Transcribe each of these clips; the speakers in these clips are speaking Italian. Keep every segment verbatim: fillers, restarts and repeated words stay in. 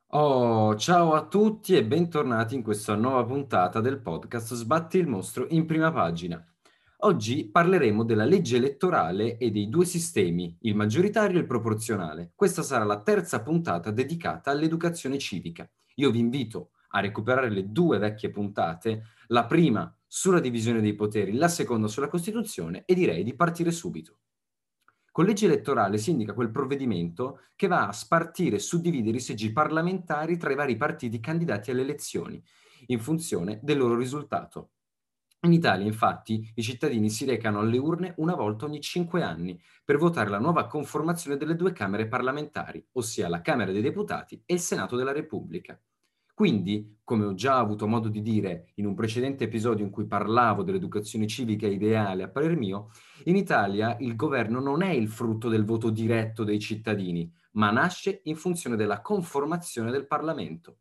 Oh, ciao a tutti e bentornati in questa nuova puntata del podcast Sbatti il mostro in prima pagina. Oggi parleremo della legge elettorale e dei due sistemi, il maggioritario e il proporzionale. Questa sarà la terza puntata dedicata all'educazione civica. Io vi invito a recuperare le due vecchie puntate, la prima sulla divisione dei poteri, la seconda sulla Costituzione e direi di partire subito. Con legge elettorale si indica quel provvedimento che va a spartire e suddividere i seggi parlamentari tra i vari partiti candidati alle elezioni, in funzione del loro risultato. In Italia, infatti, i cittadini si recano alle urne una volta ogni cinque anni per votare la nuova conformazione delle due Camere parlamentari, ossia la Camera dei Deputati e il Senato della Repubblica. Quindi, come ho già avuto modo di dire in un precedente episodio in cui parlavo dell'educazione civica ideale a parer mio, in Italia il governo non è il frutto del voto diretto dei cittadini, ma nasce in funzione della conformazione del Parlamento.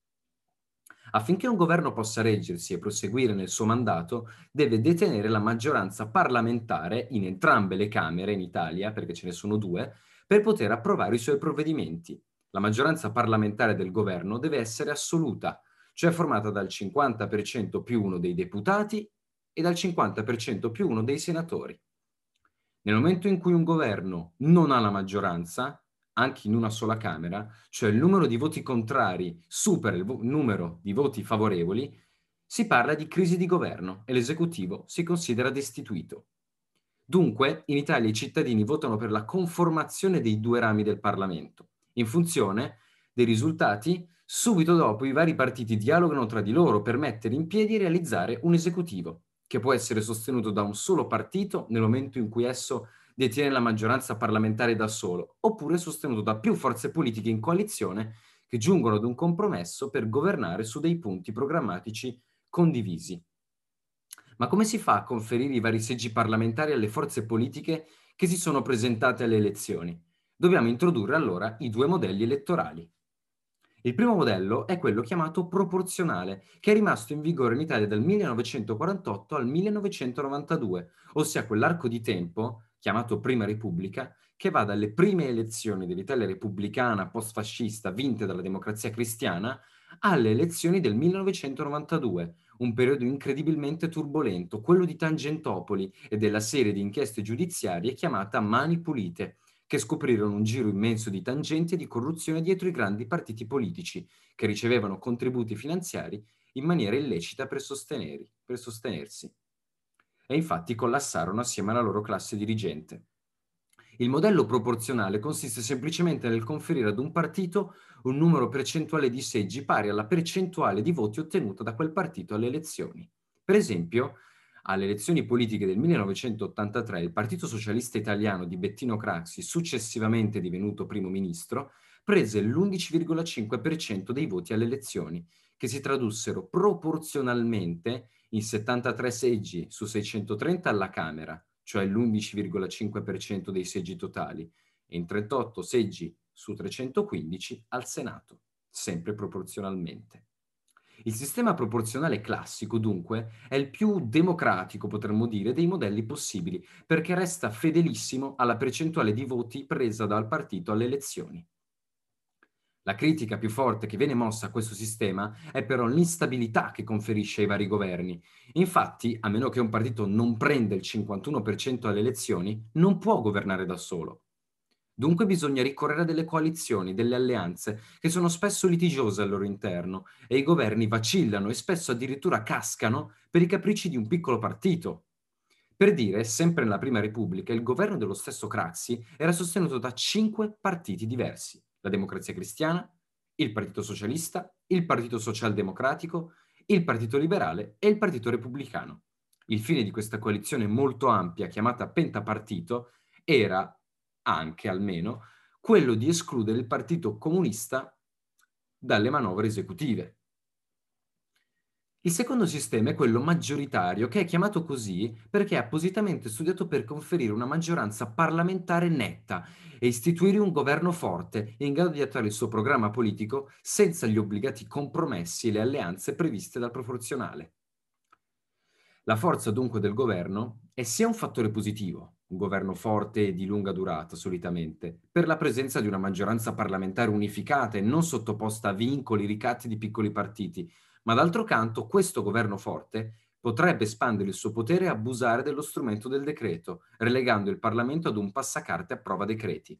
Affinché un governo possa reggersi e proseguire nel suo mandato, deve detenere la maggioranza parlamentare in entrambe le Camere in Italia, perché ce ne sono due, per poter approvare i suoi provvedimenti. La maggioranza parlamentare del governo deve essere assoluta, cioè formata dal cinquanta per cento più uno dei deputati e dal cinquanta per cento più uno dei senatori. Nel momento in cui un governo non ha la maggioranza, anche in una sola Camera, cioè il numero di voti contrari supera il vo- numero di voti favorevoli, si parla di crisi di governo e l'esecutivo si considera destituito. Dunque, in Italia i cittadini votano per la conformazione dei due rami del Parlamento. In funzione dei risultati, subito dopo i vari partiti dialogano tra di loro per mettere in piedi e realizzare un esecutivo, che può essere sostenuto da un solo partito nel momento in cui esso detiene la maggioranza parlamentare da solo, oppure sostenuto da più forze politiche in coalizione che giungono ad un compromesso per governare su dei punti programmatici condivisi. Ma come si fa a conferire i vari seggi parlamentari alle forze politiche che si sono presentate alle elezioni? Dobbiamo introdurre allora i due modelli elettorali. Il primo modello è quello chiamato proporzionale, che è rimasto in vigore in Italia dal millenovecentoquarantotto al millenovecentonovantadue, ossia quell'arco di tempo, chiamato Prima Repubblica, che va dalle prime elezioni dell'Italia repubblicana post-fascista vinte dalla Democrazia Cristiana alle elezioni del millenovecentonovantadue, un periodo incredibilmente turbolento, quello di Tangentopoli e della serie di inchieste giudiziarie chiamata Mani Pulite, che scoprirono un giro immenso di tangenti e di corruzione dietro i grandi partiti politici, che ricevevano contributi finanziari in maniera illecita per, sostenere, per sostenersi. E infatti collassarono assieme alla loro classe dirigente. Il modello proporzionale consiste semplicemente nel conferire ad un partito un numero percentuale di seggi pari alla percentuale di voti ottenuta da quel partito alle elezioni. Per esempio, alle elezioni politiche del millenovecentottantatré il Partito Socialista Italiano di Bettino Craxi, successivamente divenuto primo ministro, prese l'undici virgola cinque per cento dei voti alle elezioni, che si tradussero proporzionalmente in settantatré seggi su seicentotrenta alla Camera, cioè l'undici virgola cinque per cento dei seggi totali, e in trentotto seggi su trecentoquindici al Senato, sempre proporzionalmente. Il sistema proporzionale classico, dunque, è il più democratico, potremmo dire, dei modelli possibili, perché resta fedelissimo alla percentuale di voti presa dal partito alle elezioni. La critica più forte che viene mossa a questo sistema è però l'instabilità che conferisce ai vari governi. Infatti, a meno che un partito non prenda il cinquantuno per cento alle elezioni, non può governare da solo. Dunque bisogna ricorrere a delle coalizioni, delle alleanze, che sono spesso litigiose al loro interno, e i governi vacillano e spesso addirittura cascano per i capricci di un piccolo partito. Per dire, sempre nella Prima Repubblica, il governo dello stesso Craxi era sostenuto da cinque partiti diversi: la Democrazia Cristiana, il Partito Socialista, il Partito Socialdemocratico, il Partito Liberale e il Partito Repubblicano. Il fine di questa coalizione molto ampia, chiamata pentapartito, era anche, almeno, quello di escludere il Partito Comunista dalle manovre esecutive. Il secondo sistema è quello maggioritario, che è chiamato così perché è appositamente studiato per conferire una maggioranza parlamentare netta e istituire un governo forte in grado di attuare il suo programma politico senza gli obbligati compromessi e le alleanze previste dal proporzionale. La forza dunque del governo è sia un fattore positivo, un governo forte e di lunga durata solitamente, per la presenza di una maggioranza parlamentare unificata e non sottoposta a vincoli, ricatti di piccoli partiti, ma d'altro canto questo governo forte potrebbe espandere il suo potere e abusare dello strumento del decreto, relegando il Parlamento ad un passacarte a prova decreti.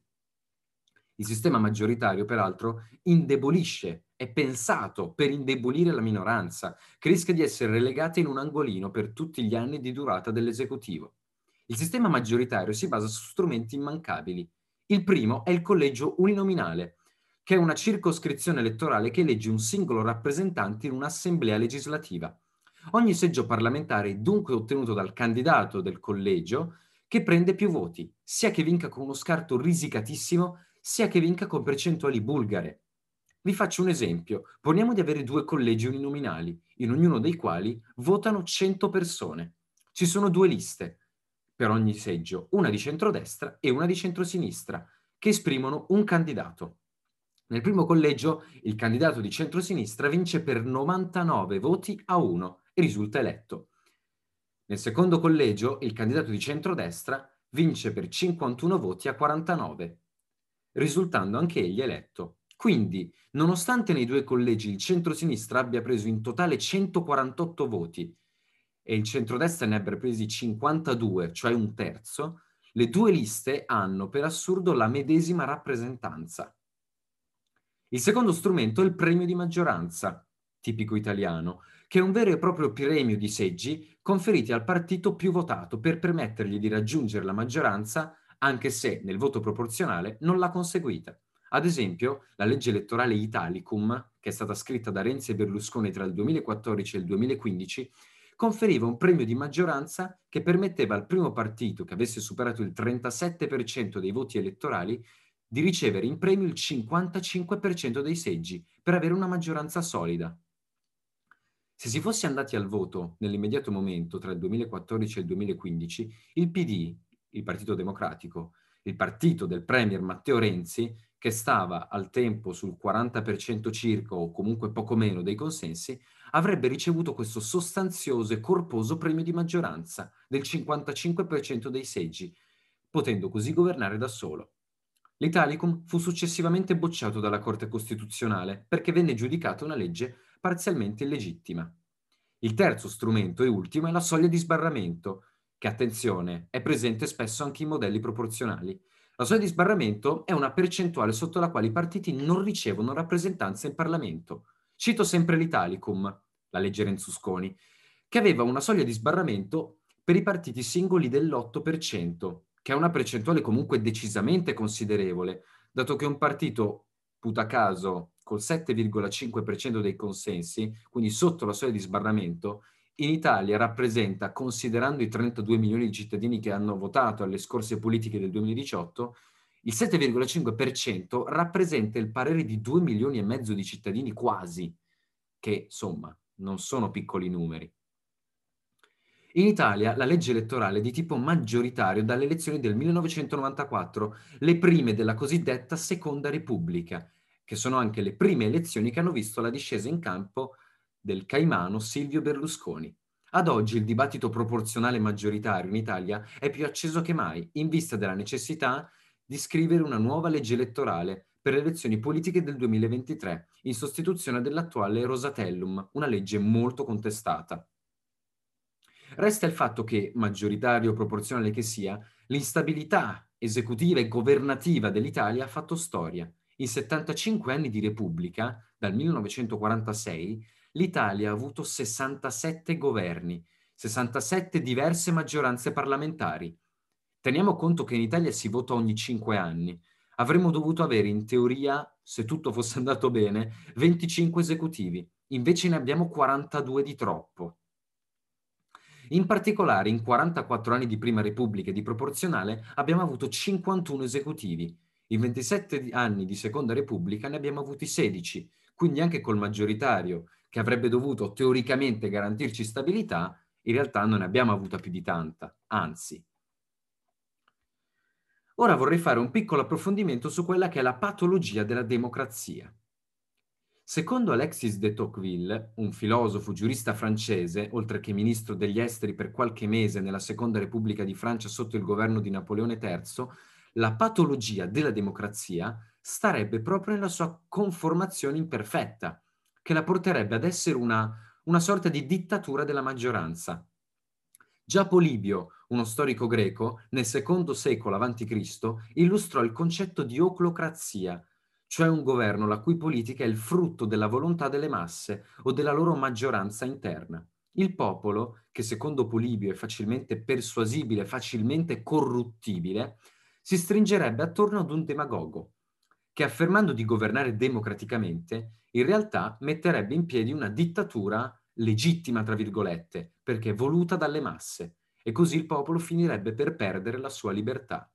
Il sistema maggioritario, peraltro, indebolisce, è pensato per indebolire la minoranza, che rischia di essere relegata in un angolino per tutti gli anni di durata dell'esecutivo. Il sistema maggioritario si basa su strumenti immancabili. Il primo è il collegio uninominale, che è una circoscrizione elettorale che elegge un singolo rappresentante in un'assemblea legislativa. Ogni seggio parlamentare è dunque ottenuto dal candidato del collegio che prende più voti, sia che vinca con uno scarto risicatissimo, sia che vinca con percentuali bulgare. Vi faccio un esempio. Poniamo di avere due collegi uninominali, in ognuno dei quali votano cento persone. Ci sono due liste per ogni seggio, una di centrodestra e una di centrosinistra, che esprimono un candidato. Nel primo collegio il candidato di centrosinistra vince per novantanove voti a uno e risulta eletto. Nel secondo collegio il candidato di centrodestra vince per cinquantuno voti a quarantanove, risultando anche egli eletto. Quindi, nonostante nei due collegi il centrosinistra abbia preso in totale centoquarantotto voti e il centrodestra ne abbia presi cinquantadue, cioè un terzo, le due liste hanno per assurdo la medesima rappresentanza. Il secondo strumento è il premio di maggioranza, tipico italiano, che è un vero e proprio premio di seggi conferiti al partito più votato per permettergli di raggiungere la maggioranza anche se nel voto proporzionale non l'ha conseguita. Ad esempio, la legge elettorale Italicum, che è stata scritta da Renzi e Berlusconi tra il duemilaquattordici e il duemilaquindici, conferiva un premio di maggioranza che permetteva al primo partito che avesse superato il trentasette per cento dei voti elettorali di ricevere in premio il cinquantacinque per cento dei seggi per avere una maggioranza solida. Se si fosse andati al voto nell'immediato momento tra il duemilaquattordici e il duemilaquindici, il P D, il Partito Democratico, il partito del premier Matteo Renzi, che stava al tempo sul quaranta per cento circa o comunque poco meno dei consensi, avrebbe ricevuto questo sostanzioso e corposo premio di maggioranza del cinquantacinque per cento dei seggi, potendo così governare da solo. L'Italicum fu successivamente bocciato dalla Corte Costituzionale perché venne giudicata una legge parzialmente illegittima. Il terzo strumento e ultimo è la soglia di sbarramento, che, attenzione, è presente spesso anche in modelli proporzionali. La soglia di sbarramento è una percentuale sotto la quale i partiti non ricevono rappresentanza in Parlamento. Cito sempre l'Italicum, la legge Renzusconi, che aveva una soglia di sbarramento per i partiti singoli dell'otto per cento, che è una percentuale comunque decisamente considerevole, dato che un partito, putacaso, col sette virgola cinque per cento dei consensi, quindi sotto la soglia di sbarramento, in Italia rappresenta, considerando i trentadue milioni di cittadini che hanno votato alle scorse politiche del duemiladiciotto, il sette virgola cinque per cento rappresenta il parere di due milioni e mezzo di cittadini quasi, che insomma non sono piccoli numeri. In Italia la legge elettorale è di tipo maggioritario dalle elezioni del millenovecentonovantaquattro, le prime della cosiddetta Seconda Repubblica, che sono anche le prime elezioni che hanno visto la discesa in campo del caimano Silvio Berlusconi. Ad oggi il dibattito proporzionale maggioritario in Italia è più acceso che mai, in vista della necessità di scrivere una nuova legge elettorale per le elezioni politiche del duemilaventitré, in sostituzione dell'attuale Rosatellum, una legge molto contestata. Resta il fatto che, maggioritario o proporzionale che sia, l'instabilità esecutiva e governativa dell'Italia ha fatto storia. In settantacinque anni di Repubblica, dal millenovecentoquarantasei, l'Italia ha avuto sessantasette governi, sessantasette diverse maggioranze parlamentari. Teniamo conto che in Italia si vota ogni cinque anni. Avremmo dovuto avere, in teoria, se tutto fosse andato bene, venticinque esecutivi. Invece ne abbiamo quarantadue di troppo. In particolare, in quarantaquattro anni di Prima Repubblica e di proporzionale abbiamo avuto cinquantuno esecutivi. In ventisette anni di Seconda Repubblica ne abbiamo avuti sedici, quindi anche col maggioritario, che avrebbe dovuto teoricamente garantirci stabilità, in realtà non ne abbiamo avuta più di tanta, anzi. Ora vorrei fare un piccolo approfondimento su quella che è la patologia della democrazia. Secondo Alexis de Tocqueville, un filosofo giurista francese, oltre che ministro degli esteri per qualche mese nella Seconda Repubblica di Francia sotto il governo di Napoleone terzo, la patologia della democrazia starebbe proprio nella sua conformazione imperfetta, che la porterebbe ad essere una, una sorta di dittatura della maggioranza. Già Polibio, uno storico greco, nel secondo secolo avanti Cristo, illustrò il concetto di oclocrazia, cioè un governo la cui politica è il frutto della volontà delle masse o della loro maggioranza interna. Il popolo, che secondo Polibio è facilmente persuasibile, facilmente corruttibile, si stringerebbe attorno ad un demagogo, che affermando di governare democraticamente, in realtà metterebbe in piedi una dittatura legittima, tra virgolette, perché voluta dalle masse, e così il popolo finirebbe per perdere la sua libertà.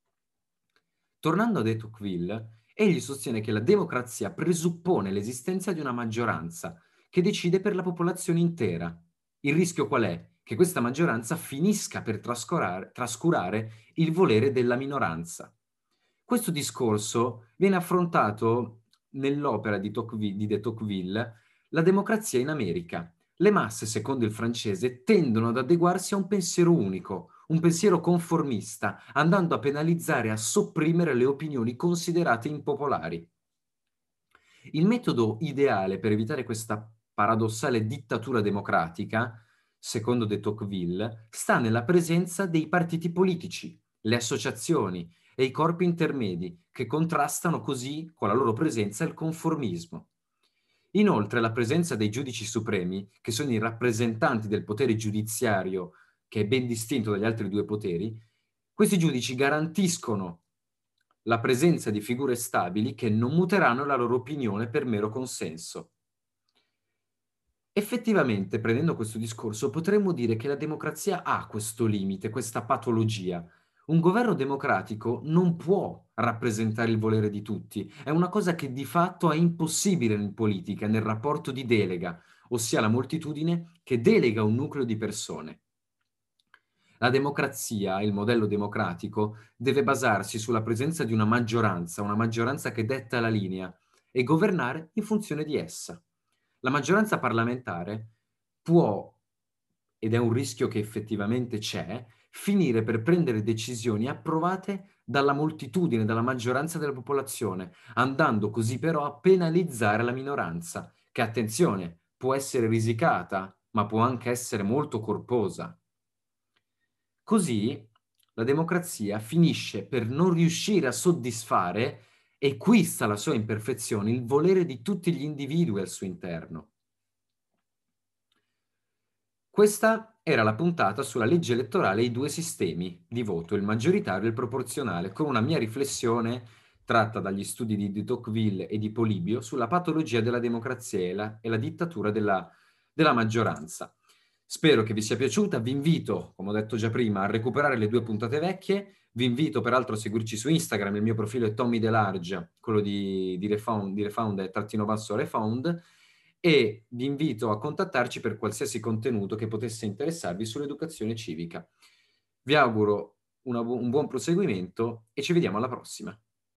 Tornando a de Tocqueville, egli sostiene che la democrazia presuppone l'esistenza di una maggioranza che decide per la popolazione intera. Il rischio qual è? Che questa maggioranza finisca per trascurare, trascurare il volere della minoranza. Questo discorso viene affrontato nell'opera di, Tocqueville, di de Tocqueville, La democrazia in America. Le masse, secondo il francese, tendono ad adeguarsi a un pensiero unico, un pensiero conformista, andando a penalizzare e a sopprimere le opinioni considerate impopolari. Il metodo ideale per evitare questa paradossale dittatura democratica, secondo de Tocqueville, sta nella presenza dei partiti politici, le associazioni e i corpi intermedi che contrastano così con la loro presenza il conformismo. Inoltre la presenza dei giudici supremi, che sono i rappresentanti del potere giudiziario, che è ben distinto dagli altri due poteri, questi giudici garantiscono la presenza di figure stabili che non muteranno la loro opinione per mero consenso. Effettivamente, prendendo questo discorso, potremmo dire che la democrazia ha questo limite, questa patologia. Un governo democratico non può rappresentare il volere di tutti, è una cosa che di fatto è impossibile in politica, nel rapporto di delega, ossia la moltitudine che delega un nucleo di persone. La democrazia, il modello democratico, deve basarsi sulla presenza di una maggioranza, una maggioranza che detta la linea, e governare in funzione di essa. La maggioranza parlamentare può, ed è un rischio che effettivamente c'è, finire per prendere decisioni approvate dalla moltitudine, dalla maggioranza della popolazione, andando così però a penalizzare la minoranza, che, attenzione, può essere risicata, ma può anche essere molto corposa. Così la democrazia finisce per non riuscire a soddisfare, e qui sta la sua imperfezione, il volere di tutti gli individui al suo interno. Questa era la puntata sulla legge elettorale e i due sistemi di voto, il maggioritario e il proporzionale, con una mia riflessione tratta dagli studi di de Tocqueville e di Polibio sulla patologia della democrazia e la, e la dittatura della, della maggioranza. Spero che vi sia piaciuta, vi invito, come ho detto già prima, a recuperare le due puntate vecchie, vi invito peraltro a seguirci su Instagram, il mio profilo è Tommy Delarge, quello di, di Refound, di Refound è trattino basso Refound, e vi invito a contattarci per qualsiasi contenuto che potesse interessarvi sull'educazione civica. Vi auguro una bu- un buon proseguimento e ci vediamo alla prossima.